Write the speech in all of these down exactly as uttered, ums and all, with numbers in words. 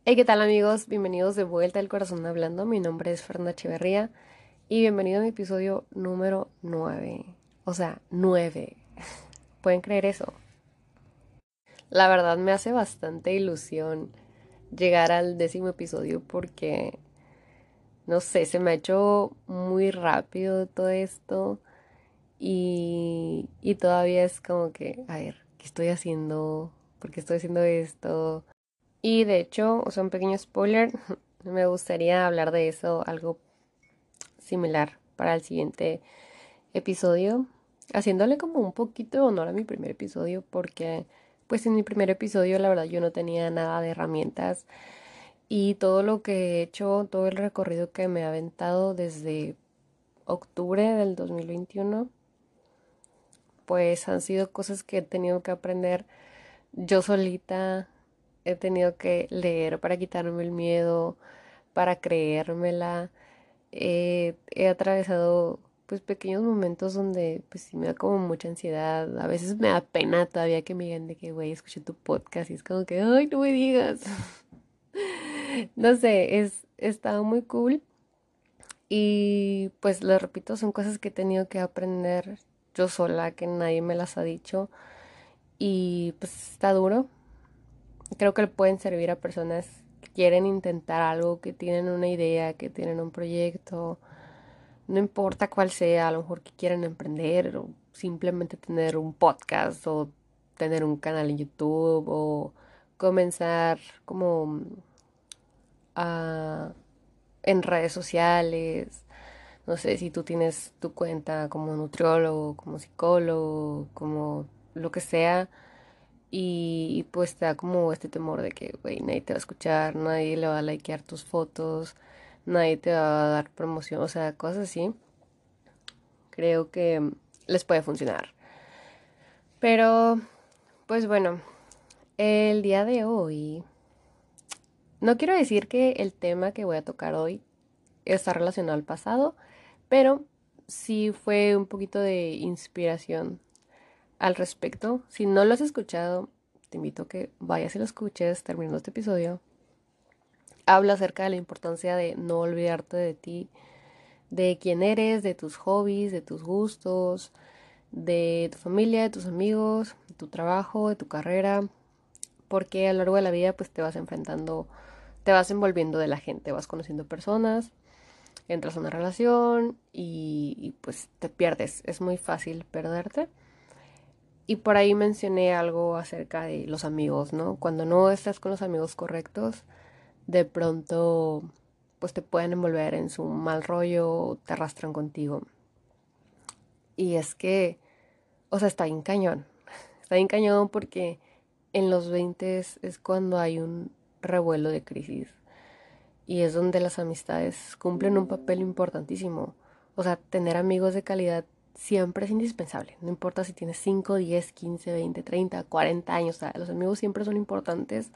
Hey, ¿qué tal amigos? Bienvenidos de vuelta al Corazón Hablando. Mi nombre es Fernanda Echeverría y bienvenido a mi episodio número nueve. O sea, nueve. ¿Pueden creer eso? La verdad me hace bastante ilusión llegar al décimo episodio porque, no sé, se me ha hecho muy rápido todo esto y, y todavía es como que, a ver, ¿qué estoy haciendo? ¿Por qué estoy haciendo esto? Y de hecho, o sea, un pequeño spoiler, me gustaría hablar de eso, algo similar para el siguiente episodio, haciéndole como un poquito de honor a mi primer episodio, porque pues en mi primer episodio la verdad yo no tenía nada de herramientas y todo lo que he hecho, todo el recorrido que me ha aventado desde octubre del dos mil veintiuno, pues han sido cosas que he tenido que aprender yo solita, he tenido que leer para quitarme el miedo, para creérmela. Eh, he atravesado pues pequeños momentos donde pues sí me da como mucha ansiedad. A veces me da pena todavía que me digan de que, güey, escuché tu podcast y es como que, ay, no me digas. No sé, es, estado muy cool y pues lo repito, son cosas que he tenido que aprender yo sola, que nadie me las ha dicho y pues está duro. Creo que le pueden servir a personas que quieren intentar algo, que tienen una idea, que tienen un proyecto. No importa cuál sea, a lo mejor que quieran emprender o simplemente tener un podcast o tener un canal en YouTube o comenzar como a, en redes sociales. No sé si tú tienes tu cuenta como nutriólogo, como psicólogo, como lo que sea. Y, y pues te da como este temor de que, güey, nadie te va a escuchar, nadie le va a likear tus fotos, nadie te va a dar promoción, o sea, cosas así. Creo que les puede funcionar. Pero, pues bueno, el día de hoy, no quiero decir que el tema que voy a tocar hoy está relacionado al pasado, pero sí fue un poquito de inspiración al respecto. Si no lo has escuchado, te invito a que vayas y lo escuches terminando este episodio. Habla acerca de la importancia de no olvidarte de ti, de quién eres, de tus hobbies, de tus gustos, de tu familia, de tus amigos, de tu trabajo, de tu carrera, porque a lo largo de la vida pues te vas enfrentando, te vas envolviendo de la gente, vas conociendo personas, entras a una relación y, y pues te pierdes, es muy fácil perderte. Y por ahí mencioné algo acerca de los amigos, ¿no? Cuando no estás con los amigos correctos, de pronto pues te pueden envolver en su mal rollo, te arrastran contigo. Y es que, o sea, está bien cañón. Está bien cañón porque en los veinte es cuando hay un revuelo de crisis y es donde las amistades cumplen un papel importantísimo. O sea, tener amigos de calidad siempre es indispensable. No importa si tienes cinco, diez, quince, veinte, treinta, cuarenta años. O sea, los amigos siempre son importantes,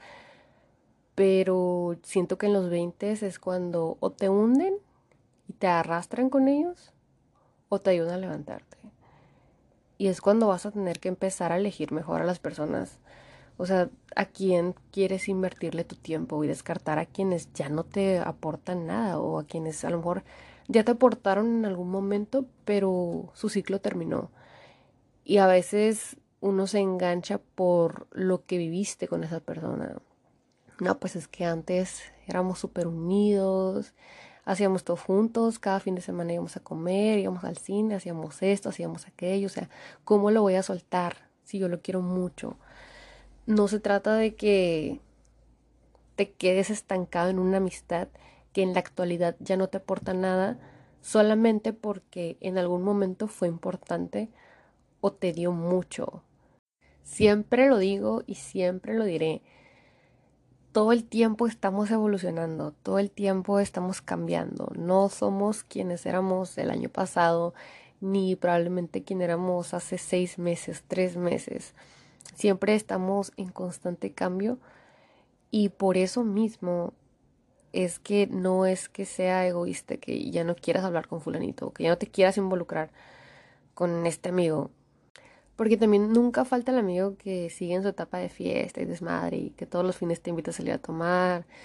pero siento que en los veinte es cuando o te hunden y te arrastran con ellos o te ayudan a levantarte. Y es cuando vas a tener que empezar a elegir mejor a las personas. O sea, ¿a quién quieres invertirle tu tiempo y descartar a quienes ya no te aportan nada o a quienes a lo mejor ya te aportaron en algún momento, pero su ciclo terminó? Y a veces uno se engancha por lo que viviste con esa persona. No, pues es que antes éramos súper unidos, hacíamos todo juntos, cada fin de semana íbamos a comer, íbamos al cine, hacíamos esto, hacíamos aquello, o sea, ¿cómo lo voy a soltar si yo lo quiero mucho? No se trata de que te quedes estancado en una amistad que en la actualidad ya no te aporta nada solamente porque en algún momento fue importante o te dio mucho. Siempre lo digo y siempre lo diré. Todo el tiempo estamos evolucionando, todo el tiempo estamos cambiando. No somos quienes éramos el año pasado, ni probablemente quien éramos hace seis meses, tres meses. Siempre estamos en constante cambio y por eso mismo es que no es que sea egoísta, que ya no quieras hablar con fulanito, que ya no te quieras involucrar con este amigo. Porque también nunca falta el amigo que sigue en su etapa de fiesta y desmadre y que todos los fines te invita a salir a tomar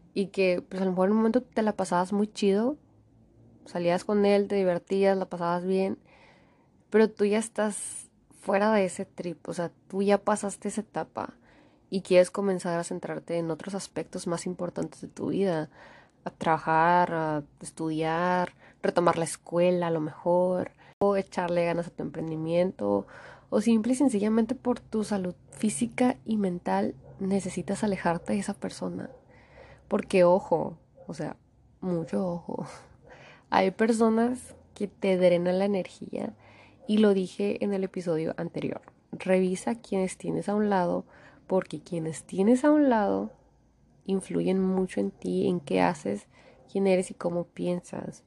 y que pues a lo mejor en un momento te la pasabas muy chido, salías con él, te divertías, la pasabas bien, pero tú ya estás fuera de ese trip, o sea, tú ya pasaste esa etapa y quieres comenzar a centrarte en otros aspectos más importantes de tu vida, a trabajar, a estudiar, retomar la escuela a lo mejor, o echarle ganas a tu emprendimiento, o simple y sencillamente por tu salud física y mental necesitas alejarte de esa persona. Porque ojo, o sea, mucho ojo. Hay personas que te drenan la energía y lo dije en el episodio anterior. Revisa quienes tienes a un lado porque quienes tienes a un lado influyen mucho en ti, en qué haces, quién eres y cómo piensas.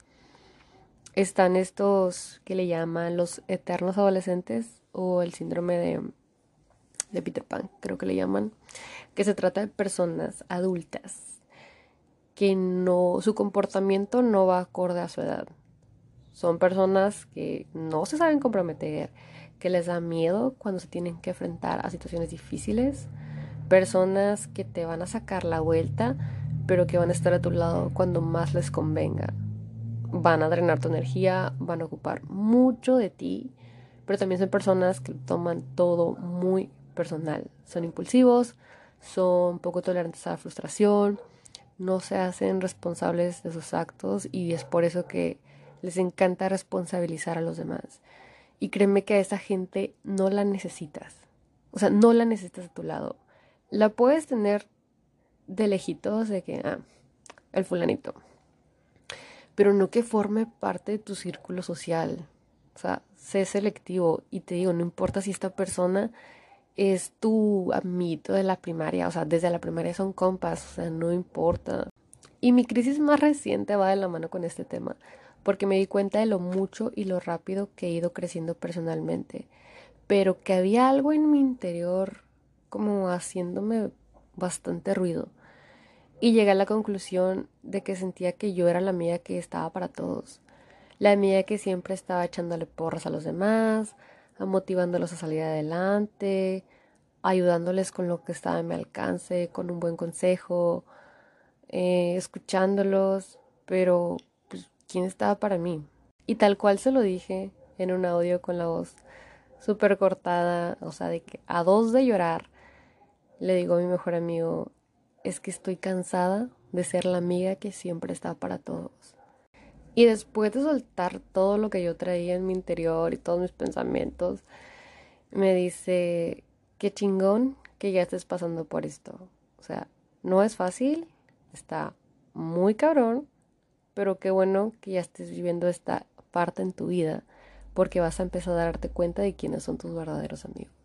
Están estos que le llaman los eternos adolescentes o el síndrome de, de Peter Pan, creo que le llaman, que se trata de personas adultas que no, su comportamiento no va acorde a su edad. Son personas que no se saben comprometer, que les da miedo cuando se tienen que enfrentar a situaciones difíciles, personas que te van a sacar la vuelta, pero que van a estar a tu lado cuando más les convenga. Van a drenar tu energía, van a ocupar mucho de ti, pero también son personas que toman todo muy personal. Son impulsivos, son poco tolerantes a la frustración, no se hacen responsables de sus actos y es por eso que les encanta responsabilizar a los demás. Y créeme que a esa gente no la necesitas. O sea, no la necesitas a tu lado. La puedes tener de lejitos, de que, ah, el fulanito. Pero no que forme parte de tu círculo social. O sea, sé selectivo y te digo, no importa si esta persona es tu amiguito de la primaria, o sea, desde la primaria son compas, o sea, no importa. Y mi crisis más reciente va de la mano con este tema, porque me di cuenta de lo mucho y lo rápido que he ido creciendo personalmente, pero que había algo en mi interior como haciéndome bastante ruido. Y llegué a la conclusión de que sentía que yo era la amiga que estaba para todos, la amiga que siempre estaba echándole porras a los demás, motivándolos a salir adelante, ayudándoles con lo que estaba a mi alcance, con un buen consejo, eh, escuchándolos, pero pues, ¿quién estaba para mí? Y tal cual se lo dije en un audio con la voz súper cortada, o sea, de que a dos de llorar, le digo a mi mejor amigo, es que estoy cansada de ser la amiga que siempre está para todos. Y después de soltar todo lo que yo traía en mi interior y todos mis pensamientos, me dice, qué chingón que ya estés pasando por esto. O sea, no es fácil, está muy cabrón, pero qué bueno que ya estés viviendo esta parte en tu vida, porque vas a empezar a darte cuenta de quiénes son tus verdaderos amigos.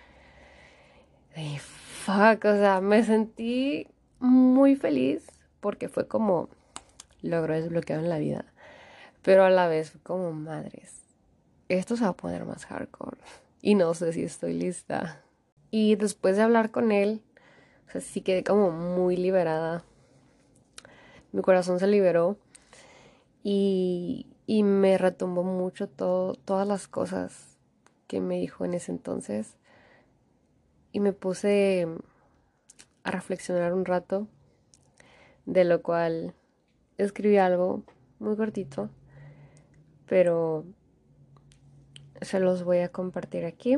Y fuck, o sea, me sentí muy feliz porque fue como logro desbloqueado en la vida, pero a la vez fue como madres. Esto se va a poner más hardcore y no sé si estoy lista. Y después de hablar con él, o sea, sí quedé como muy liberada. Mi corazón se liberó y, y me retumbó mucho todo, todas las cosas que me dijo en ese entonces. Y me puse a reflexionar un rato, de lo cual escribí algo muy cortito, pero se los voy a compartir aquí.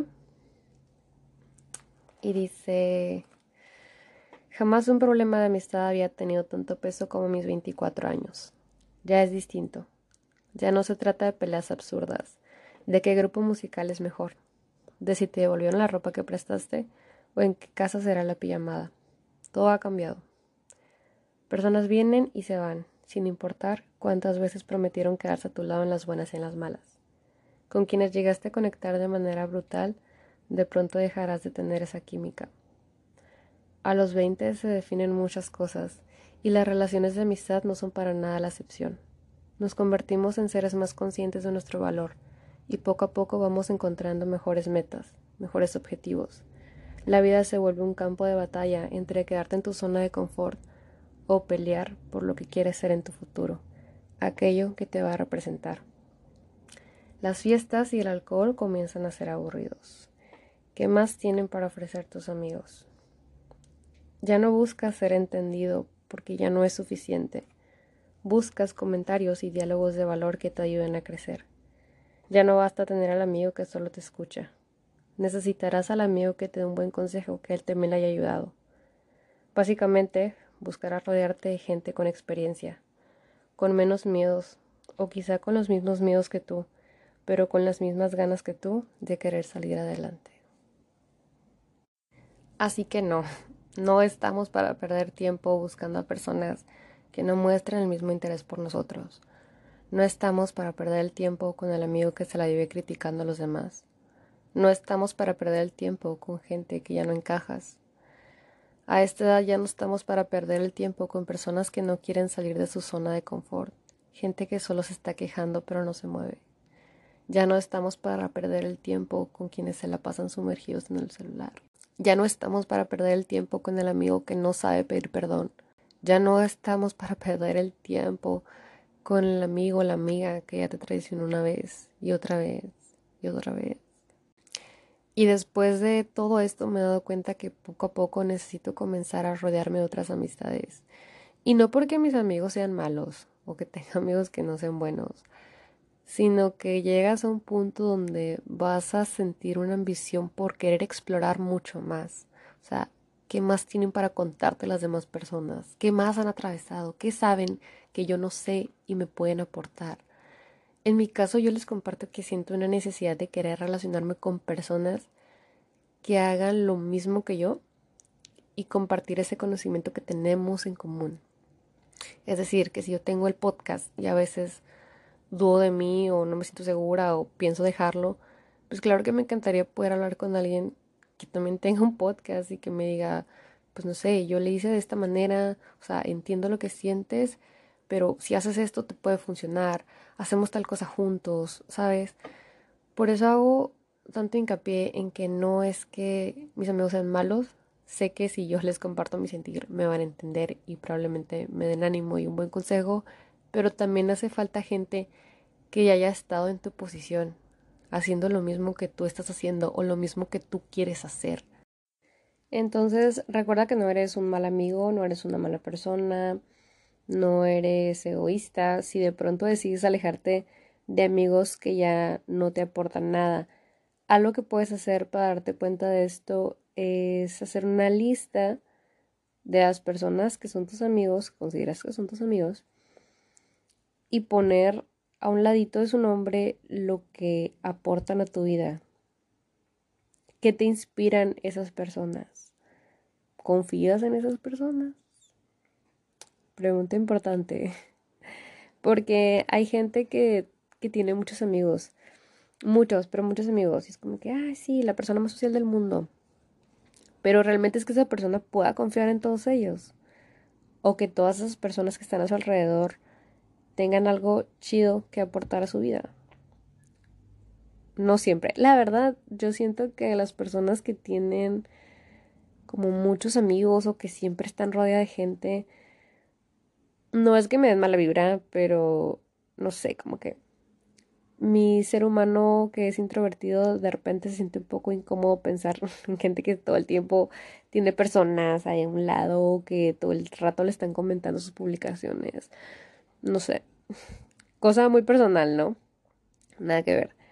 Y dice, jamás un problema de amistad había tenido tanto peso como mis veinticuatro años. Ya es distinto. Ya no se trata de peleas absurdas, de qué grupo musical es mejor, de si te devolvieron la ropa que prestaste o en qué casa será la pijamada. Todo ha cambiado. Personas vienen y se van, sin importar cuántas veces prometieron quedarse a tu lado en las buenas y en las malas. Con quienes llegaste a conectar de manera brutal, de pronto dejarás de tener esa química. A los veinte se definen muchas cosas y las relaciones de amistad no son para nada la excepción. Nos convertimos en seres más conscientes de nuestro valor y poco a poco vamos encontrando mejores metas, mejores objetivos. La vida se vuelve un campo de batalla entre quedarte en tu zona de confort o pelear por lo que quieres ser en tu futuro, aquello que te va a representar. Las fiestas y el alcohol comienzan a ser aburridos. ¿Qué más tienen para ofrecer tus amigos? Ya no buscas ser entendido porque ya no es suficiente. Buscas comentarios y diálogos de valor que te ayuden a crecer. Ya no basta tener al amigo que solo te escucha. Necesitarás al amigo que te dé un buen consejo, que él también le haya ayudado. Básicamente, buscarás rodearte de gente con experiencia, con menos miedos, o quizá con los mismos miedos que tú, pero con las mismas ganas que tú de querer salir adelante. Así que no, no estamos para perder tiempo buscando a personas que no muestren el mismo interés por nosotros. No estamos para perder el tiempo con el amigo que se la vive criticando a los demás. No estamos para perder el tiempo con gente que ya no encajas. A esta edad ya no estamos para perder el tiempo con personas que no quieren salir de su zona de confort. Gente que solo se está quejando pero no se mueve. Ya no estamos para perder el tiempo con quienes se la pasan sumergidos en el celular. Ya no estamos para perder el tiempo con el amigo que no sabe pedir perdón. Ya no estamos para perder el tiempo con el amigo o la amiga que ya te traicionó una vez y otra vez y otra vez. Y después de todo esto me he dado cuenta que poco a poco necesito comenzar a rodearme de otras amistades. Y no porque mis amigos sean malos o que tenga amigos que no sean buenos, sino que llegas a un punto donde vas a sentir una ambición por querer explorar mucho más. O sea, ¿qué más tienen para contarte las demás personas? ¿Qué más han atravesado? ¿Qué saben que yo no sé y me pueden aportar? En mi caso, yo les comparto que siento una necesidad de querer relacionarme con personas que hagan lo mismo que yo y compartir ese conocimiento que tenemos en común. Es decir, que si yo tengo el podcast y a veces dudo de mí o no me siento segura o pienso dejarlo, pues claro que me encantaría poder hablar con alguien que también tenga un podcast y que me diga, pues no sé, yo le hice de esta manera, o sea, entiendo lo que sientes, pero si haces esto te puede funcionar, hacemos tal cosa juntos, ¿sabes? Por eso hago tanto hincapié en que no es que mis amigos sean malos, sé que si yo les comparto mi sentir me van a entender y probablemente me den ánimo y un buen consejo, pero también hace falta gente que ya haya estado en tu posición, haciendo lo mismo que tú estás haciendo o lo mismo que tú quieres hacer. Entonces, recuerda que no eres un mal amigo, no eres una mala persona, no eres egoísta. Si de pronto decides alejarte de amigos que ya no te aportan nada, algo que puedes hacer para darte cuenta de esto es hacer una lista de las personas que son tus amigos, que consideras que son tus amigos, y poner a un ladito de su nombre lo que aportan a tu vida. ¿Qué te inspiran esas personas? ¿Confías en esas personas? Pregunta importante. Porque hay gente que, que tiene muchos amigos. Muchos, pero muchos amigos. Y es como que, ay, sí, la persona más social del mundo. Pero realmente es que esa persona pueda confiar en todos ellos. O que todas esas personas que están a su alrededor tengan algo chido que aportar a su vida. No siempre. La verdad, yo siento que las personas que tienen como muchos amigos o que siempre están rodeadas de gente, no es que me den mala vibra, pero no sé, como que mi ser humano que es introvertido de repente se siente un poco incómodo pensar en gente que todo el tiempo tiene personas ahí a un lado, que todo el rato le están comentando sus publicaciones. No sé, cosa muy personal, ¿no? Nada que ver.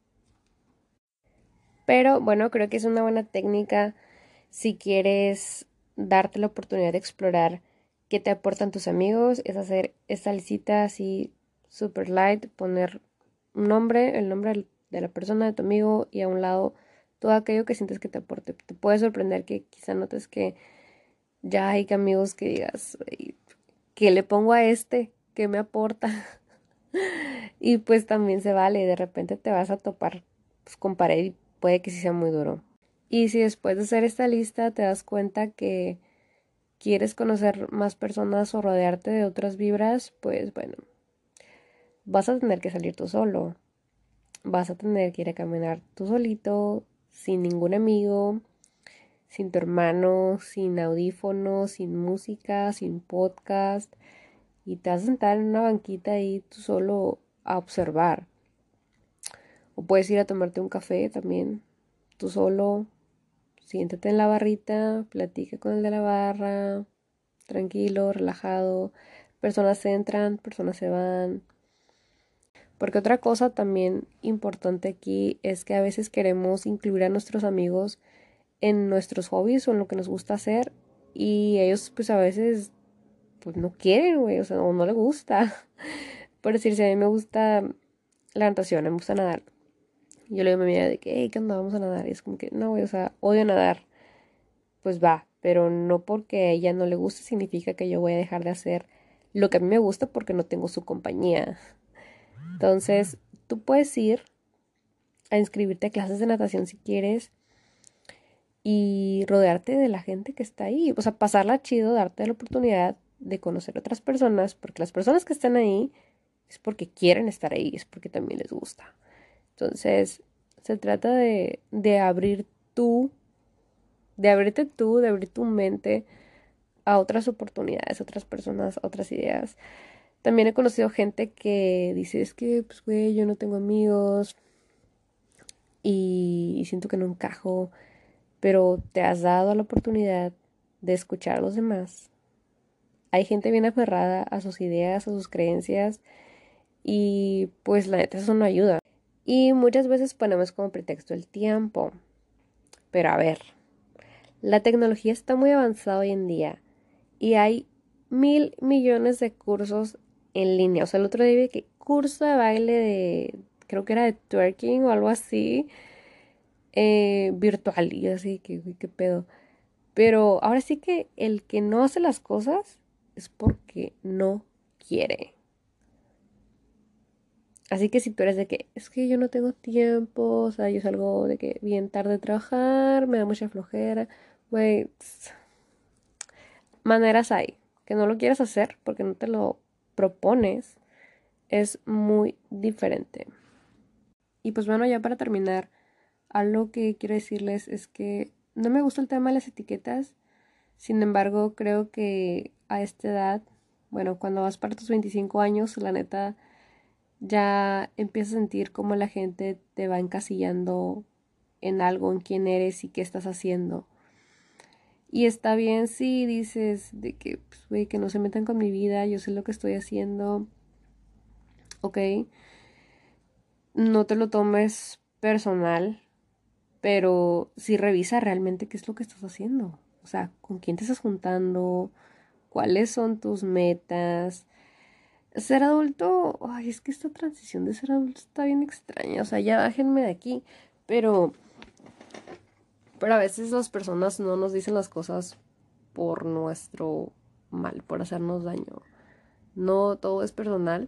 Pero bueno, creo que es una buena técnica si quieres darte la oportunidad de explorar qué te aportan tus amigos, es hacer esta lista así super light, poner un nombre, el nombre de la persona, de tu amigo y a un lado todo aquello que sientes que te aporte. Te puede sorprender que quizá notes que ya hay amigos que digas, ¿qué le pongo a este? ¿Qué me aporta? Y pues también se vale, de repente te vas a topar pues, con pared y puede que sí sea muy duro. Y si después de hacer esta lista te das cuenta que quieres conocer más personas o rodearte de otras vibras, pues bueno, vas a tener que salir tú solo. Vas a tener que ir a caminar tú solito, sin ningún amigo, sin tu hermano, sin audífonos, sin música, sin podcast. Y te vas a sentar en una banquita ahí tú solo a observar. O puedes ir a tomarte un café también, tú solo. Siéntate en la barrita, platica con el de la barra, tranquilo, relajado. Personas entran, personas se van. Porque otra cosa también importante aquí es que a veces queremos incluir a nuestros amigos en nuestros hobbies o en lo que nos gusta hacer y ellos pues a veces pues no quieren, güey, o sea, o no les gusta. Por decir, si a mí me gusta la natación, me gusta nadar. Yo le digo a mi amiga de que, hey, ¿qué onda? Vamos a nadar. Y es como que, no, güey, o sea, odio nadar. Pues va, pero no porque a ella no le guste significa que yo voy a dejar de hacer lo que a mí me gusta porque no tengo su compañía. Entonces, tú puedes ir a inscribirte a clases de natación si quieres y rodearte de la gente que está ahí. O sea, pasarla chido, darte la oportunidad de conocer otras personas, porque las personas que están ahí es porque quieren estar ahí, es porque también les gusta. Entonces, se trata de, de abrir tú, de abrirte tú, de abrir tu mente a otras oportunidades, a otras personas, a otras ideas. También he conocido gente que dice, es que, pues, güey, yo no tengo amigos y, y siento que no encajo, pero te has dado la oportunidad de escuchar a los demás. Hay gente bien aferrada a sus ideas, a sus creencias y pues la neta eso no ayuda. Y muchas veces ponemos como pretexto el tiempo. Pero a ver, la tecnología está muy avanzada hoy en día y hay mil millones de cursos en línea. O sea, el otro día vi que curso de baile de, creo que era de twerking o algo así, eh, virtual. Y yo así, que, qué pedo. Pero ahora sí que el que no hace las cosas es porque no quiere. Así que si tú eres de que es que yo no tengo tiempo, o sea, yo salgo de que bien tarde de trabajar, me da mucha flojera, güey, maneras hay. Que no lo quieras hacer porque no te lo propones es muy diferente. Y pues bueno, ya para terminar, algo que quiero decirles es que no me gusta el tema de las etiquetas. Sin embargo, creo que a esta edad, bueno, cuando vas para tus veinticinco años, la neta, ya empiezas a sentir cómo la gente te va encasillando en algo, en quién eres y qué estás haciendo. Y está bien si dices de que, pues, güey, que no se metan con mi vida, yo sé lo que estoy haciendo, ok, no te lo tomes personal, pero sí revisa realmente qué es lo que estás haciendo. O sea, con quién te estás juntando, cuáles son tus metas. Ser adulto, ay, es que esta transición de ser adulto está bien extraña. O sea, ya bájenme de aquí. Pero, pero a veces las personas no nos dicen las cosas por nuestro mal, por hacernos daño. No todo es personal.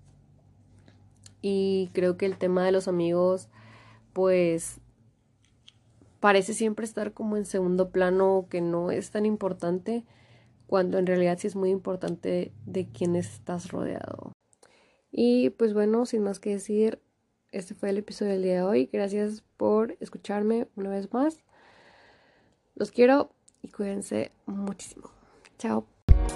Y creo que el tema de los amigos, pues, parece siempre estar como en segundo plano, que no es tan importante, cuando en realidad sí es muy importante de quién estás rodeado. Y pues bueno, sin más que decir, este fue el episodio del día de hoy. Gracias por escucharme una vez más. Los quiero y cuídense muchísimo. Chao.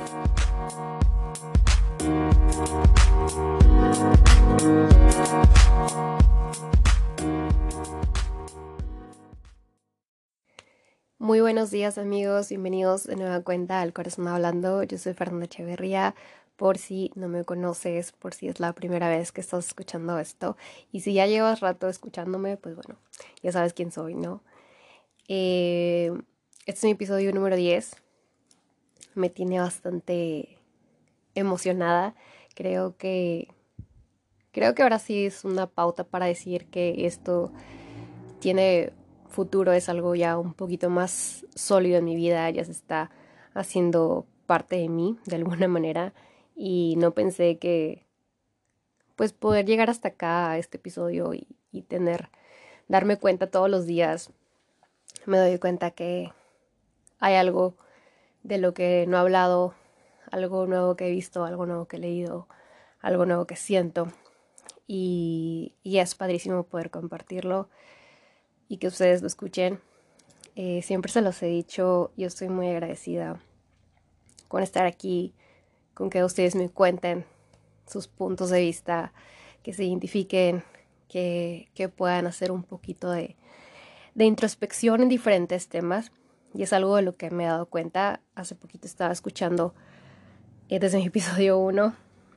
Muy buenos días amigos, bienvenidos de nueva cuenta al Corazón Hablando. Yo soy Fernanda Echeverría, por si no me conoces, por si es la primera vez que estás escuchando esto. Y si ya llevas rato escuchándome, pues bueno, ya sabes quién soy, ¿no? Eh, este es mi episodio número diez. Me tiene bastante emocionada. Creo que, creo que ahora sí es una pauta para decir que esto tiene futuro, es algo ya un poquito más sólido en mi vida, ya se está haciendo parte de mí de alguna manera y no pensé que pues poder llegar hasta acá a este episodio y, y tener, darme cuenta todos los días, me doy cuenta que hay algo de lo que no he hablado, algo nuevo que he visto, algo nuevo que he leído, algo nuevo que siento y, y es padrísimo poder compartirlo y que ustedes lo escuchen. Eh, siempre se los he dicho, yo estoy muy agradecida con estar aquí, con que ustedes me cuenten sus puntos de vista, que se identifiquen, que, que puedan hacer un poquito de, de introspección en diferentes temas. Y es algo de lo que me he dado cuenta. Hace poquito estaba escuchando eh, desde mi episodio uno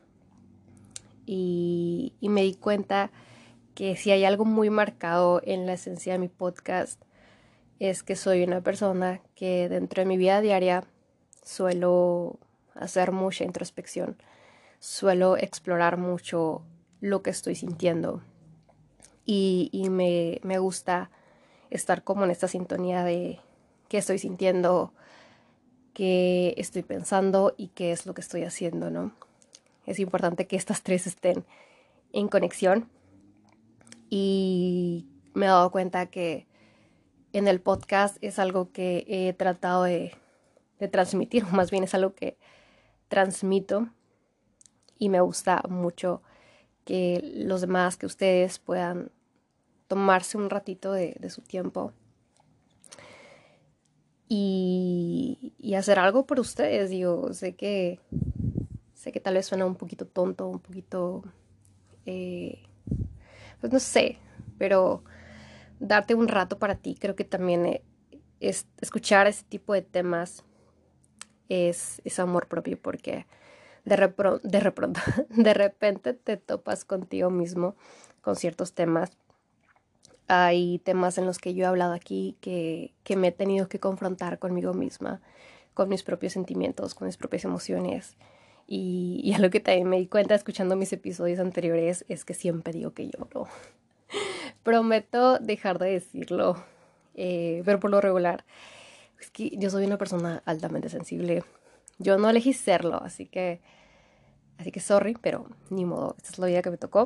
y, y me di cuenta que si hay algo muy marcado en la esencia de mi podcast es que soy una persona que dentro de mi vida diaria suelo hacer mucha introspección, suelo explorar mucho lo que estoy sintiendo y, y me, me gusta estar como en esta sintonía de qué estoy sintiendo, qué estoy pensando y qué es lo que estoy haciendo, ¿no? Es importante que estas tres estén en conexión y me he dado cuenta que en el podcast es algo que he tratado de, de transmitir, o más bien es algo que transmito y me gusta mucho que los demás, que ustedes puedan tomarse un ratito de, de su tiempo y, y hacer algo por ustedes. Digo, sé que, sé que tal vez suena un poquito tonto, un poquito, eh, pues no sé, pero darte un rato para ti, creo que también eh, es, escuchar ese tipo de temas es, es amor propio porque de, repro, de, repronto, de repente te topas contigo mismo con ciertos temas. Hay temas en los que yo he hablado aquí que, que me he tenido que confrontar conmigo misma, con mis propios sentimientos, con mis propias emociones. Y, y algo que también me di cuenta escuchando mis episodios anteriores es que siempre digo que lloro. Prometo dejar de decirlo, eh, pero por lo regular es que yo soy una persona altamente sensible. Yo no elegí serlo, así que, así que sorry, pero ni modo, esta es la vida que me tocó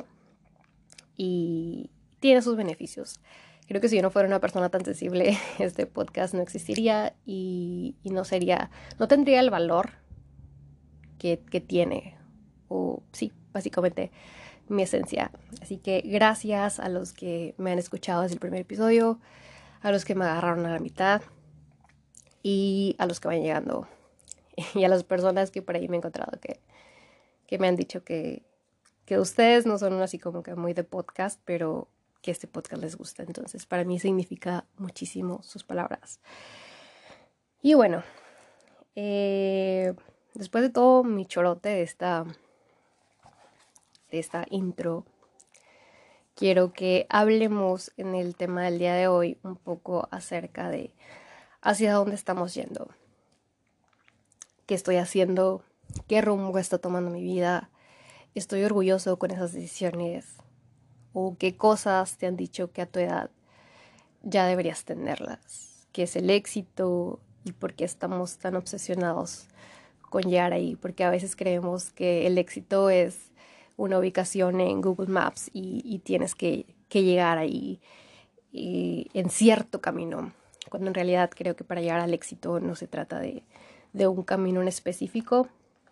y tiene sus beneficios. Creo que si yo no fuera una persona tan sensible, este podcast no existiría y, y no sería, no tendría el valor que, que tiene, o sí, básicamente mi esencia. Así que gracias a los que me han escuchado desde el primer episodio, a los que me agarraron a la mitad y a los que van llegando y a las personas que por ahí me he encontrado que, que me han dicho que, que ustedes no son así como que muy de podcast, pero que este podcast les gusta. Entonces, para mí significa muchísimo sus palabras. Y bueno, eh, después de todo mi chorote de esta, de esta intro, quiero que hablemos en el tema del día de hoy un poco acerca de hacia dónde estamos yendo, qué estoy haciendo, qué rumbo está tomando mi vida, estoy orgulloso con esas decisiones o qué cosas te han dicho que a tu edad ya deberías tenerlas, qué es el éxito y por qué estamos tan obsesionados con llegar ahí, porque a veces creemos que el éxito es una ubicación en Google Maps y, y tienes que, que llegar ahí y en cierto camino, cuando en realidad creo que para llegar al éxito no se trata de, de un camino en específico,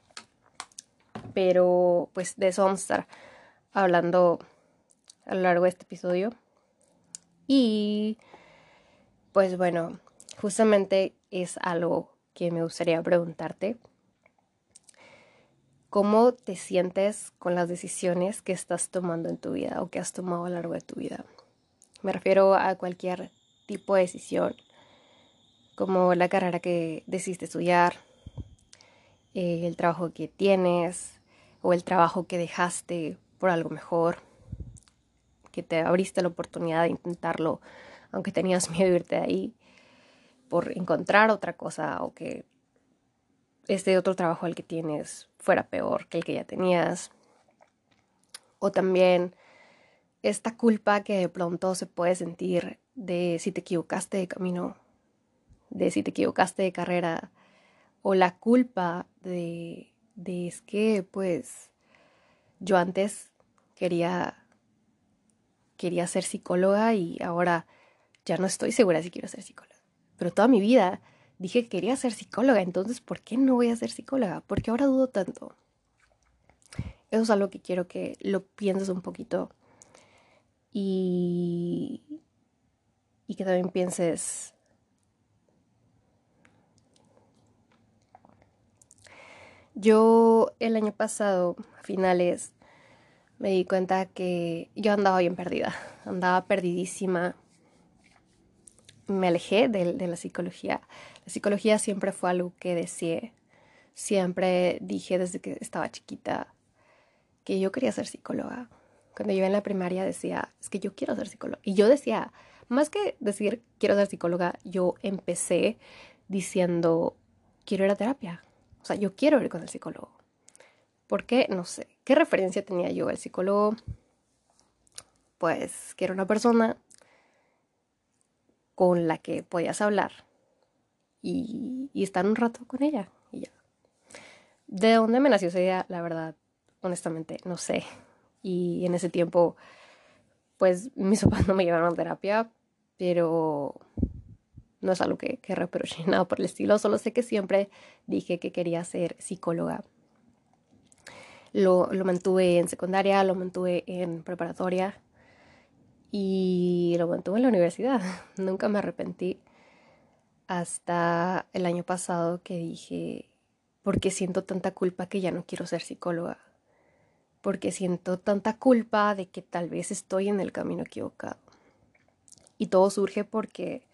pero pues de eso vamos a estar hablando a lo largo de este episodio. Y pues bueno, justamente es algo que me gustaría preguntarte. ¿Cómo te sientes con las decisiones que estás tomando en tu vida o que has tomado a lo largo de tu vida? Me refiero a cualquier tipo de decisión, como la carrera que decidiste estudiar, eh, el trabajo que tienes o el trabajo que dejaste por algo mejor, que te abriste la oportunidad de intentarlo, aunque tenías miedo de irte de ahí, por encontrar otra cosa o que este otro trabajo al que tienes fuera peor que el que ya tenías. O también esta culpa que de pronto se puede sentir de si te equivocaste de camino, de si te equivocaste de carrera, o la culpa de, de es que pues yo antes quería, quería ser psicóloga y ahora ya no estoy segura si quiero ser psicóloga. Pero toda mi vida dije que quería ser psicóloga, entonces ¿por qué no voy a ser psicóloga? ¿Por qué ahora dudo tanto? Eso es algo que quiero que lo pienses un poquito y, y que también pienses, yo el año pasado, a finales, me di cuenta que yo andaba bien perdida, andaba perdidísima me alejé de, de la psicología. La psicología siempre fue algo que deseé. Siempre dije desde que estaba chiquita que yo quería ser psicóloga. Cuando yo iba en la primaria decía, es que yo quiero ser psicóloga. Y yo decía, más que decir quiero ser psicóloga, yo empecé diciendo, quiero ir a terapia. O sea, yo quiero ir con el psicólogo. ¿Por qué? No sé. ¿Qué referencia tenía yo? El psicólogo, pues, que era una persona con la que podías hablar y, y estar un rato con ella. Y ya. ¿De dónde me nació esa idea? La verdad, honestamente, no sé. Y en ese tiempo, pues, mis papás no me llevaron a terapia, pero no es algo que, que reproche, nada por el estilo. Solo sé que siempre dije que quería ser psicóloga. Lo, lo mantuve en secundaria, lo mantuve en preparatoria y lo mantuve en la universidad. Nunca me arrepentí hasta el año pasado que dije, ¿por qué siento tanta culpa que ya no quiero ser psicóloga? Porque siento tanta culpa de que tal vez estoy en el camino equivocado. Y todo surge porque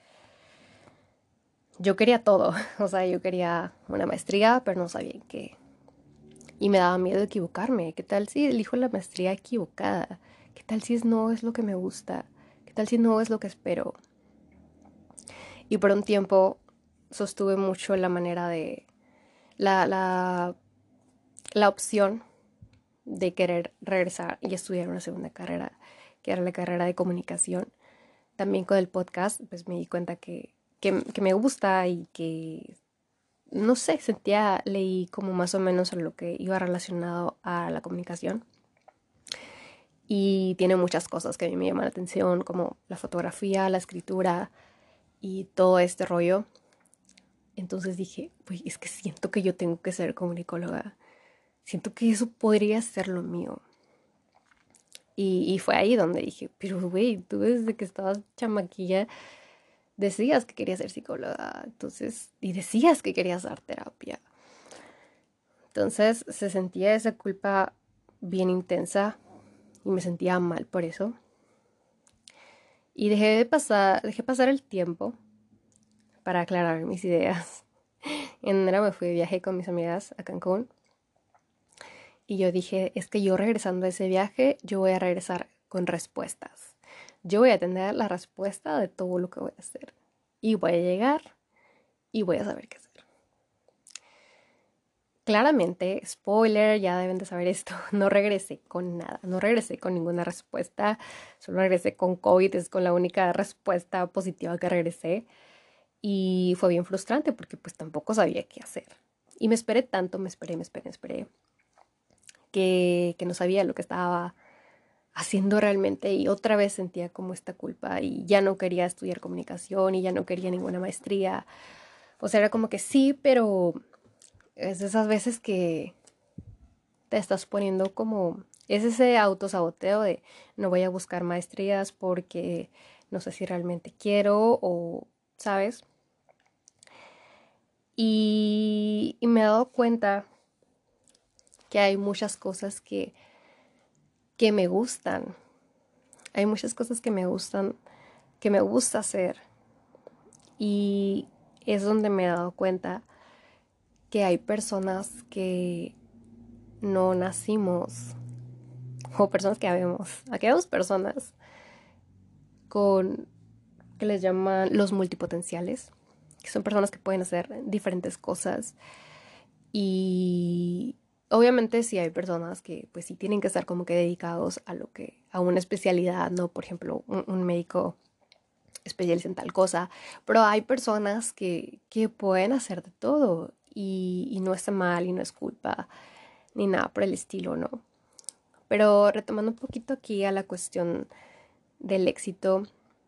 yo quería todo. O sea, yo quería una maestría, pero no sabía en qué. Y me daba miedo equivocarme. ¿Qué tal si elijo la maestría equivocada? ¿Qué tal si no es lo que me gusta? ¿Qué tal si no es lo que espero? Y por un tiempo sostuve mucho la manera de... La, la, la opción de querer regresar y estudiar una segunda carrera, que era la carrera de comunicación. También con el podcast, pues me di cuenta que, que, que me gusta y que, no sé, sentía, leí como más o menos a lo que iba relacionado a la comunicación. Y tiene muchas cosas que a mí me llaman la atención, como la fotografía, la escritura y todo este rollo. Entonces dije, pues es que siento que yo tengo que ser comunicóloga. Siento que eso podría ser lo mío. Y, y fue ahí donde dije, pero güey, tú desde que estabas chamaquilla decías que querías ser psicóloga, entonces, y decías que querías dar terapia. Entonces se sentía esa culpa bien intensa y me sentía mal por eso. Y dejé de pasar, dejé pasar el tiempo para aclarar mis ideas. En enero me fui de viaje con mis amigas a Cancún. Y yo dije, es que yo regresando a ese viaje, yo voy a regresar con respuestas. Yo voy a tener la respuesta de todo lo que voy a hacer. Y voy a llegar y voy a saber qué hacer. Claramente, spoiler, ya deben de saber esto, no regresé con nada, no regresé con ninguna respuesta, solo regresé con COVID, es con la única respuesta positiva que regresé. Y fue bien frustrante porque pues tampoco sabía qué hacer. Y me esperé tanto, me esperé, me esperé, me esperé, que, que no sabía lo que estaba haciendo realmente y otra vez sentía como esta culpa y ya no quería estudiar comunicación y ya no quería ninguna maestría. O sea, era como que sí, pero es de esas veces que te estás poniendo como... Es ese autosaboteo de no voy a buscar maestrías porque no sé si realmente quiero o, ¿sabes? Y, y me he dado cuenta que hay muchas cosas que, que me gustan. Hay muchas cosas que me gustan, que me gusta hacer. Y es donde me he dado cuenta que hay personas que no nacimos, o personas que habemos, aquí hay dos personas con, que les llaman los multipotenciales, que son personas que pueden hacer diferentes cosas. Y obviamente sí hay personas que pues sí tienen que estar como que dedicados a lo que, a una especialidad, ¿no? Por ejemplo, un, un médico especialista en tal cosa, pero hay personas que, que pueden hacer de todo y, y no está mal y no es culpa ni nada por el estilo, ¿no? Pero retomando un poquito aquí a la cuestión del éxito,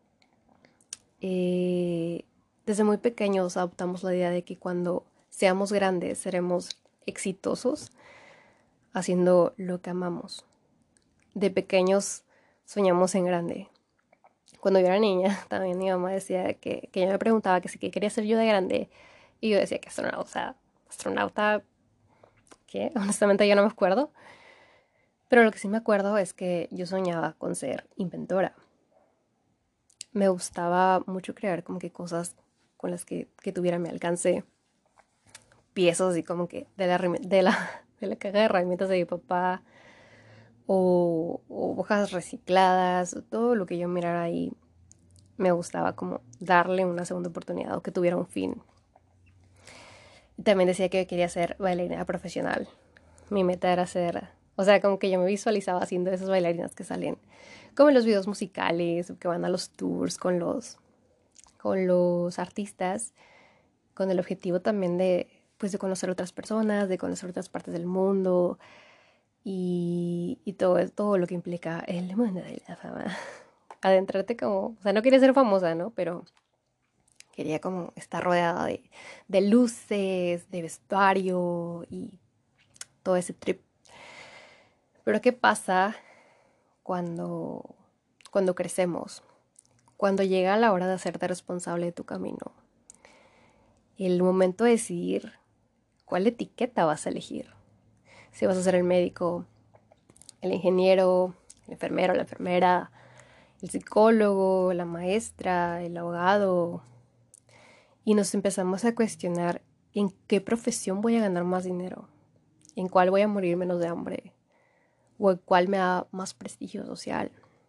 eh, desde muy pequeños adoptamos la idea de que cuando seamos grandes seremos exitosos haciendo lo que amamos. De pequeños soñamos en grande. Cuando yo era niña, también mi mamá decía que, que ella me preguntaba que si qué quería ser yo de grande. Y yo decía que astronauta, o sea, astronauta, ¿qué? Honestamente yo no me acuerdo. Pero lo que sí me acuerdo es que yo soñaba con ser inventora. me gustaba mucho crear como que cosas con las que, que tuviera a mi alcance, piezas así como que de la, de la, de la caja de herramientas de mi papá, o, o hojas recicladas, o todo lo que yo mirara ahí, me gustaba como darle una segunda oportunidad o que tuviera un fin. Y también decía que quería ser bailarina profesional. Mi meta era ser, o sea, como que yo me visualizaba haciendo esas bailarinas que salen como en los videos musicales, que van a los tours con los, con los artistas, con el objetivo también de, pues, de conocer otras personas, de conocer otras partes del mundo y, y todo, todo lo que implica el mundo de la fama. Adentrarte como, o sea, no quería ser famosa, ¿no? Pero quería como estar rodeada de, de luces, de vestuario y todo ese trip. Pero ¿qué pasa cuando, cuando crecemos? Cuando llega la hora de hacerte responsable de tu camino. El momento de decidir cuál etiqueta vas a elegir. Si vas a ser el médico, el ingeniero, el enfermero, la enfermera, el psicólogo, la maestra, el abogado. Y nos empezamos a cuestionar en qué profesión voy a ganar más dinero, en cuál voy a morir menos de hambre, o en cuál me da más prestigio social.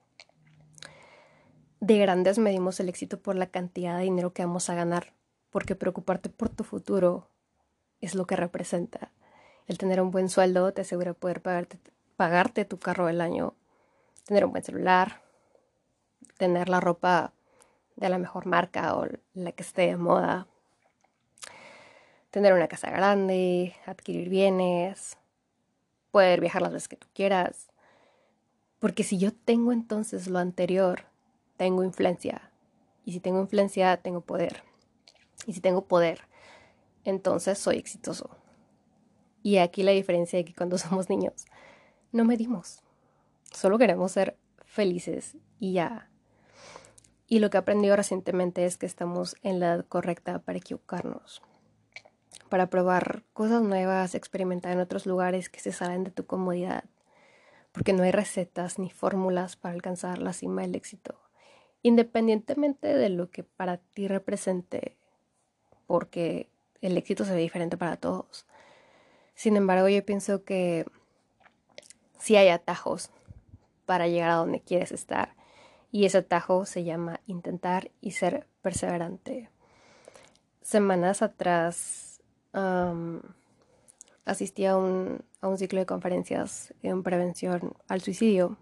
De grandes medimos el éxito por la cantidad de dinero que vamos a ganar, porque preocuparte por tu futuro es lo que representa. El tener un buen sueldo te asegura poder pagarte, pagarte tu carro del año, tener un buen celular, tener la ropa de la mejor marca o la que esté de moda, tener una casa grande, adquirir bienes, poder viajar las veces que tú quieras. Porque si yo tengo entonces lo anterior, tengo influencia. Y si tengo influencia, tengo poder. Y si tengo poder, entonces soy exitoso. Y aquí la diferencia es que cuando somos niños, no medimos. Solo queremos ser felices y ya. Y lo que he aprendido recientemente es que estamos en la edad correcta para equivocarnos, para probar cosas nuevas, experimentar en otros lugares que se salen de tu comodidad, porque no hay recetas ni fórmulas para alcanzar la cima del éxito, independientemente de lo que para ti represente, porque el éxito se ve diferente para todos. Sin embargo, yo pienso que sí hay atajos para llegar a donde quieres estar, y ese atajo se llama intentar y ser perseverante. Semanas atrás um, asistí a un, a un ciclo de conferencias en prevención al suicidio,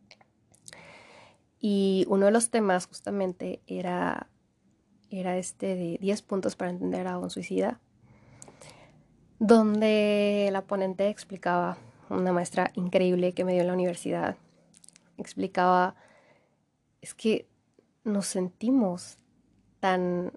y uno de los temas justamente era, era este de diez puntos para entender a un suicida, donde la ponente explicaba, una maestra increíble que me dio en la universidad, explicaba, es que nos sentimos tan...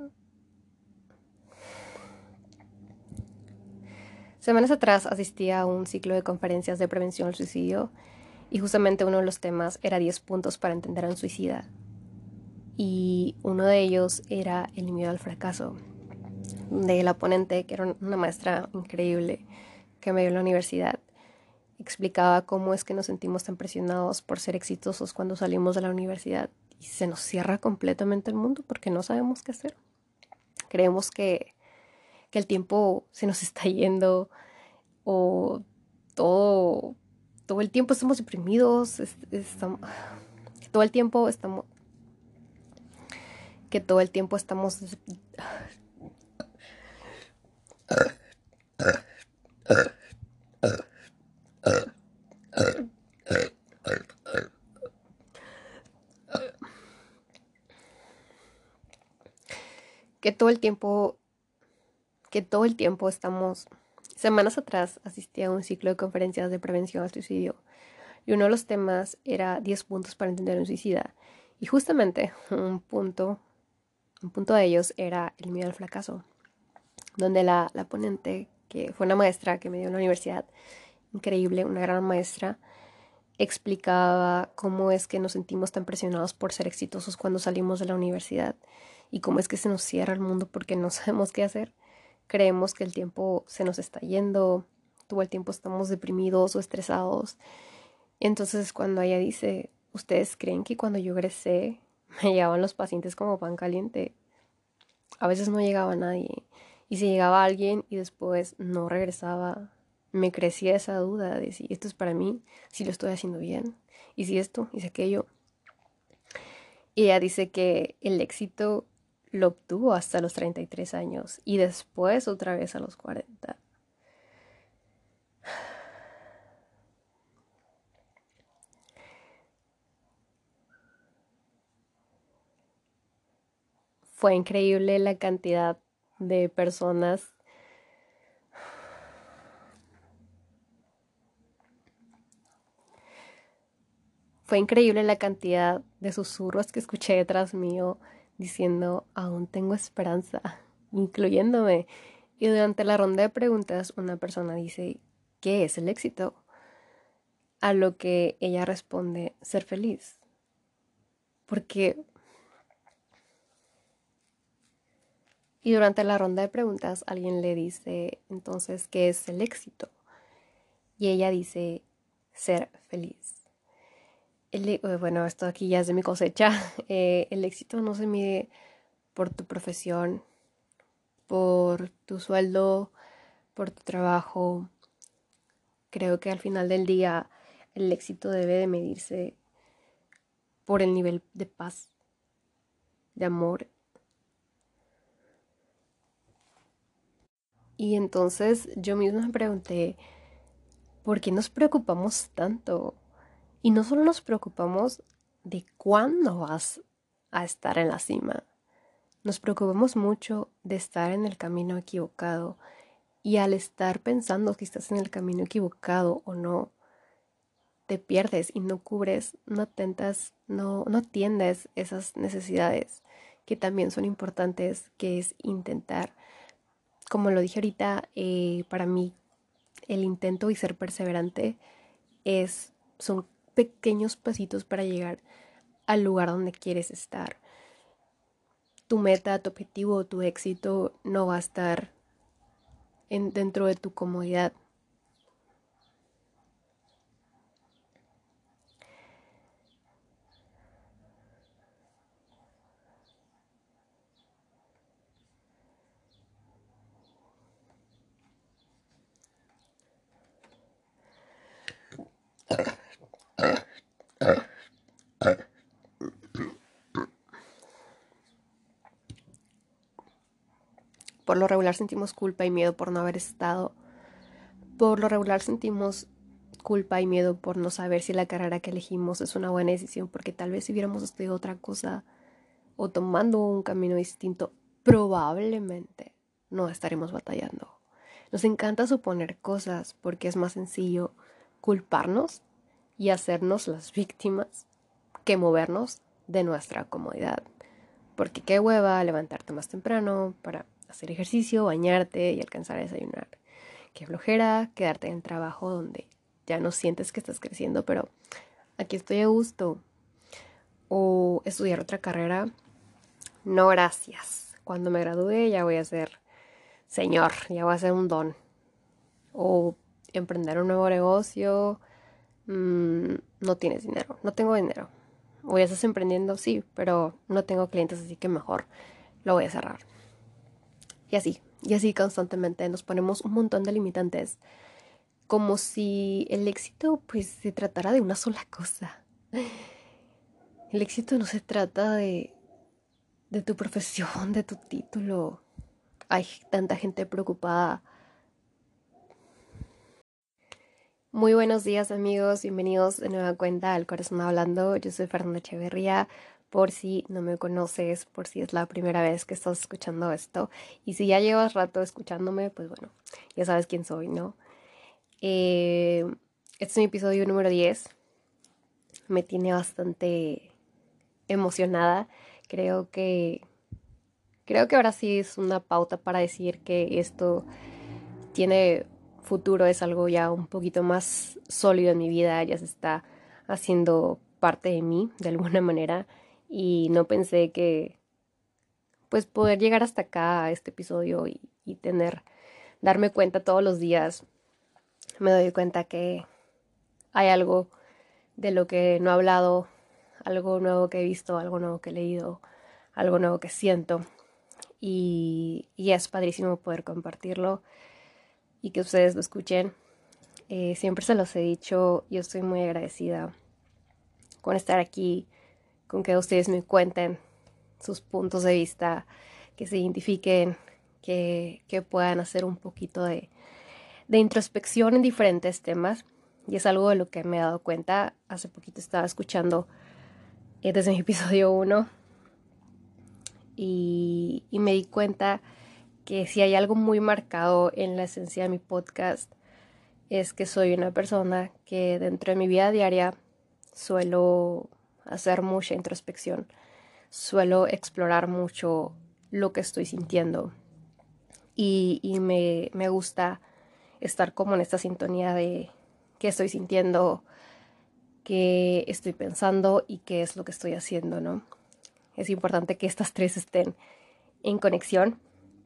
Semanas atrás asistí a un ciclo de conferencias de prevención al suicidio y justamente uno de los temas era diez puntos para entender a un suicida. Y uno de ellos era el miedo al fracaso, de la ponente, que era una maestra increíble que me dio en la universidad, explicaba cómo es que nos sentimos tan presionados por ser exitosos cuando salimos de la universidad y se nos cierra completamente el mundo porque no sabemos qué hacer. Creemos que, que el tiempo se nos está yendo o todo, todo el tiempo estamos deprimidos, es, estamos, todo el tiempo estamos, que todo el tiempo estamos que todo el tiempo que todo el tiempo estamos... Semanas atrás asistí a un ciclo de conferencias de prevención al suicidio y uno de los temas era diez puntos para entender un suicida. Y justamente un punto, un punto de ellos era el miedo al fracaso, donde la, la ponente, que fue una maestra que me dio en la universidad, increíble, una gran maestra, explicaba cómo es que nos sentimos tan presionados por ser exitosos cuando salimos de la universidad y cómo es que se nos cierra el mundo porque no sabemos qué hacer. Creemos que el tiempo se nos está yendo, todo el tiempo estamos deprimidos o estresados. Entonces cuando ella dice, ¿ustedes creen que cuando yo egresé me llegaban los pacientes como pan caliente. A veces no llegaba nadie. Y si llegaba alguien y después no regresaba, me crecía esa duda de si esto es para mí, si lo estoy haciendo bien, y si esto, y si aquello. Y ella dice que el éxito lo obtuvo hasta los treinta y tres años y después otra vez a los cuarenta. Fue increíble la cantidad de personas. Fue increíble la cantidad de susurros que escuché detrás mío diciendo, aún tengo esperanza, incluyéndome. Y durante la ronda de preguntas, una persona dice, ¿qué es el éxito? A lo que ella responde, ser feliz. Porque... Y durante la ronda de preguntas, alguien le dice, entonces, ¿qué es el éxito? Y ella dice, ser feliz. El, bueno, esto aquí ya es de mi cosecha. Eh, el éxito no se mide por tu profesión, por tu sueldo, por tu trabajo. Creo que al final del día el éxito debe de medirse por el nivel de paz, de amor. Y entonces yo misma me pregunté, ¿por qué nos preocupamos tanto? Y no solo nos preocupamos de cuándo vas a estar en la cima, nos preocupamos mucho de estar en el camino equivocado. Y al estar pensando que estás en el camino equivocado o no, te pierdes y no cubres, no atentas, no, no atiendes esas necesidades que también son importantes, que es intentar. Como lo dije ahorita, eh, para mí el intento y ser perseverante es, son pequeños pasitos para llegar al lugar donde quieres estar. Tu meta, tu objetivo, tu éxito no va a estar en, dentro de tu comodidad. Por lo regular sentimos culpa y miedo por no haber estado. Por lo regular sentimos culpa y miedo por no saber si la carrera que elegimos es una buena decisión, porque tal vez si hubiéramos estudiado otra cosa o tomando un camino distinto, probablemente no estaremos batallando. Nos encanta suponer cosas porque es más sencillo culparnos y hacernos las víctimas que movernos de nuestra comodidad. Porque qué hueva levantarte más temprano para hacer ejercicio, bañarte y alcanzar a desayunar. Qué flojera quedarte en el trabajo donde ya no sientes que estás creciendo, pero aquí estoy a gusto. O estudiar otra carrera. No, gracias. Cuando me gradúe ya voy a ser señor, ya voy a ser un don. O emprender un nuevo negocio. Mmm, no tienes dinero, no tengo dinero. O ya estás emprendiendo, sí, pero no tengo clientes, así que mejor lo voy a cerrar. Y así, y así constantemente nos ponemos un montón de limitantes, como si el éxito pues se tratara de una sola cosa. El éxito no se trata de, de tu profesión, de tu título. Hay tanta gente preocupada. Muy buenos días amigos, bienvenidos de nueva cuenta al Corazón Hablando. Yo soy Fernanda Echeverría, por si no me conoces, por si es la primera vez que estás escuchando esto. Y si ya llevas rato escuchándome, pues bueno, ya sabes quién soy, ¿no? Eh, este es mi episodio número diez. Me tiene bastante emocionada. Creo que creo que ahora sí es una pauta para decir que esto tiene futuro, es algo ya un poquito más sólido en mi vida, ya se está haciendo parte de mí de alguna manera y no pensé que pues poder llegar hasta acá a este episodio y, y tener, darme cuenta todos los días, me doy cuenta que hay algo de lo que no he hablado, algo nuevo que he visto, algo nuevo que he leído, algo nuevo que siento. Y, y es padrísimo poder compartirlo y que ustedes lo escuchen. Eh, siempre se los he dicho, yo estoy muy agradecida con estar aquí, con que ustedes me cuenten sus puntos de vista, que se identifiquen, que, que puedan hacer un poquito de, de introspección en diferentes temas. Y es algo de lo que me he dado cuenta. Hace poquito estaba escuchando eh, desde mi episodio uno y, y me di cuenta que si hay algo muy marcado en la esencia de mi podcast es que soy una persona que dentro de mi vida diaria suelo hacer mucha introspección, suelo explorar mucho lo que estoy sintiendo y, y me, me gusta estar como en esta sintonía de qué estoy sintiendo, qué estoy pensando y qué es lo que estoy haciendo, ¿no? Es importante que estas tres estén en conexión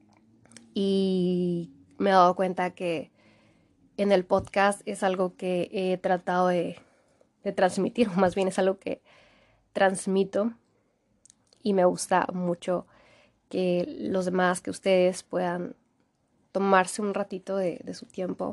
y me he dado cuenta que en el podcast es algo que he tratado de, de transmitir, o más bien es algo que transmito y me gusta mucho que los demás, que ustedes puedan tomarse un ratito de, de su tiempo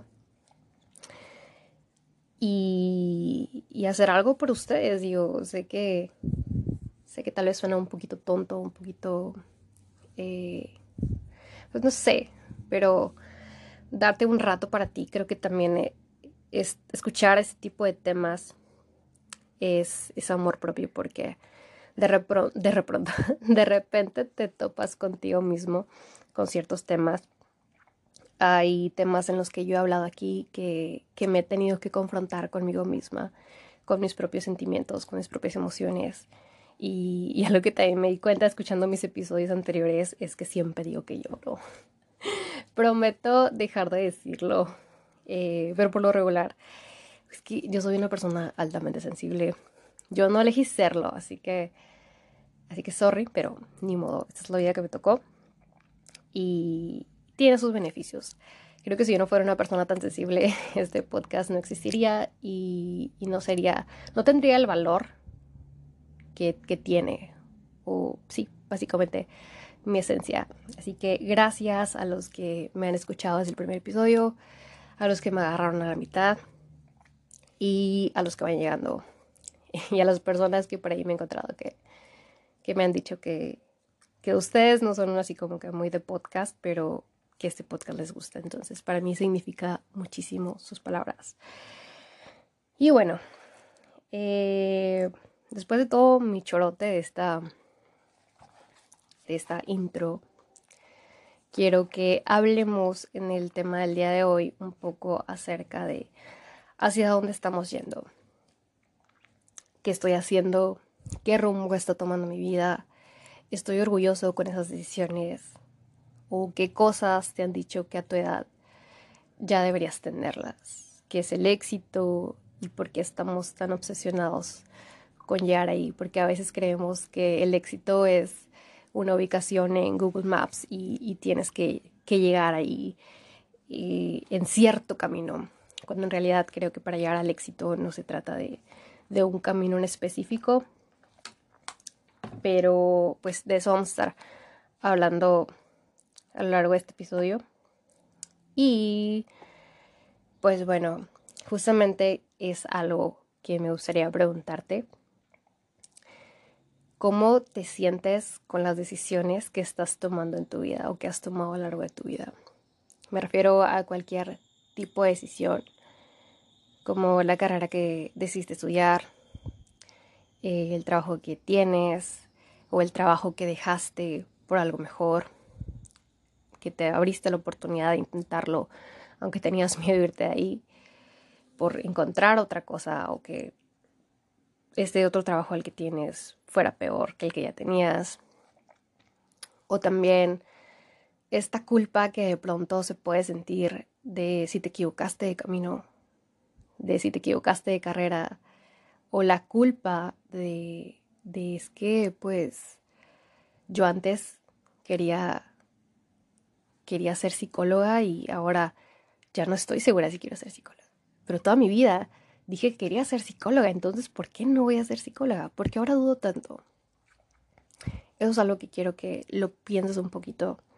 y, y hacer algo por ustedes. Digo, sé que, sé que tal vez suena un poquito tonto, un poquito, eh, pues no sé, pero darte un rato para ti, creo que también eh, es, escuchar ese tipo de temas es, es amor propio porque de, repro, de, repronto, de repente te topas contigo mismo con ciertos temas. Hay temas en los que yo he hablado aquí que, que me he tenido que confrontar conmigo misma, con mis propios sentimientos, con mis propias emociones. Y, y algo que también me di cuenta escuchando mis episodios anteriores es que siempre digo que lloro. Prometo dejar de decirlo, eh, pero por lo regular es que yo soy una persona altamente sensible. Yo no elegí serlo, así que, así que sorry, pero ni modo. Esta es la vida que me tocó y tiene sus beneficios. Creo que si yo no fuera una persona tan sensible, este podcast no existiría y, y no sería, no tendría el valor que, que tiene. O sí, básicamente mi esencia. Así que gracias a los que me han escuchado desde el primer episodio, a los que me agarraron a la mitad y a los que van llegando. Y a las personas que por ahí me he encontrado que, que me han dicho que, que ustedes no son así como que muy de podcast, pero que este podcast les gusta. Entonces, para mí significa muchísimo sus palabras. Y bueno, eh, después de todo mi chorote de esta, de esta intro, quiero que hablemos en el tema del día de hoy un poco acerca de hacia dónde estamos yendo, qué estoy haciendo, qué rumbo está tomando mi vida, estoy orgulloso con esas decisiones o qué cosas te han dicho que a tu edad ya deberías tenerlas, qué es el éxito y por qué estamos tan obsesionados con llegar ahí, porque a veces creemos que el éxito es una ubicación en Google Maps y, y tienes que, que llegar ahí y en cierto camino, cuando en realidad creo que para llegar al éxito no se trata de, de un camino en específico, pero pues de eso vamos a estar hablando a lo largo de este episodio. Y pues bueno, justamente es algo que me gustaría preguntarte. ¿Cómo te sientes con las decisiones que estás tomando en tu vida o que has tomado a lo largo de tu vida? Me refiero a cualquier tipo de decisión, como la carrera que decidiste estudiar, eh, el trabajo que tienes o el trabajo que dejaste por algo mejor, que te abriste la oportunidad de intentarlo, aunque tenías miedo de irte de ahí, por encontrar otra cosa o que este otro trabajo al que tienes fuera peor que el que ya tenías. O también esta culpa que de pronto se puede sentir de si te equivocaste de camino, de si te equivocaste de carrera, o la culpa de, de es que pues yo antes quería, quería ser psicóloga y ahora ya no estoy segura si quiero ser psicóloga. Pero toda mi vida dije que quería ser psicóloga, entonces ¿por qué no voy a ser psicóloga? ¿Por qué ahora dudo tanto? Eso es algo que quiero que lo pienses un poquito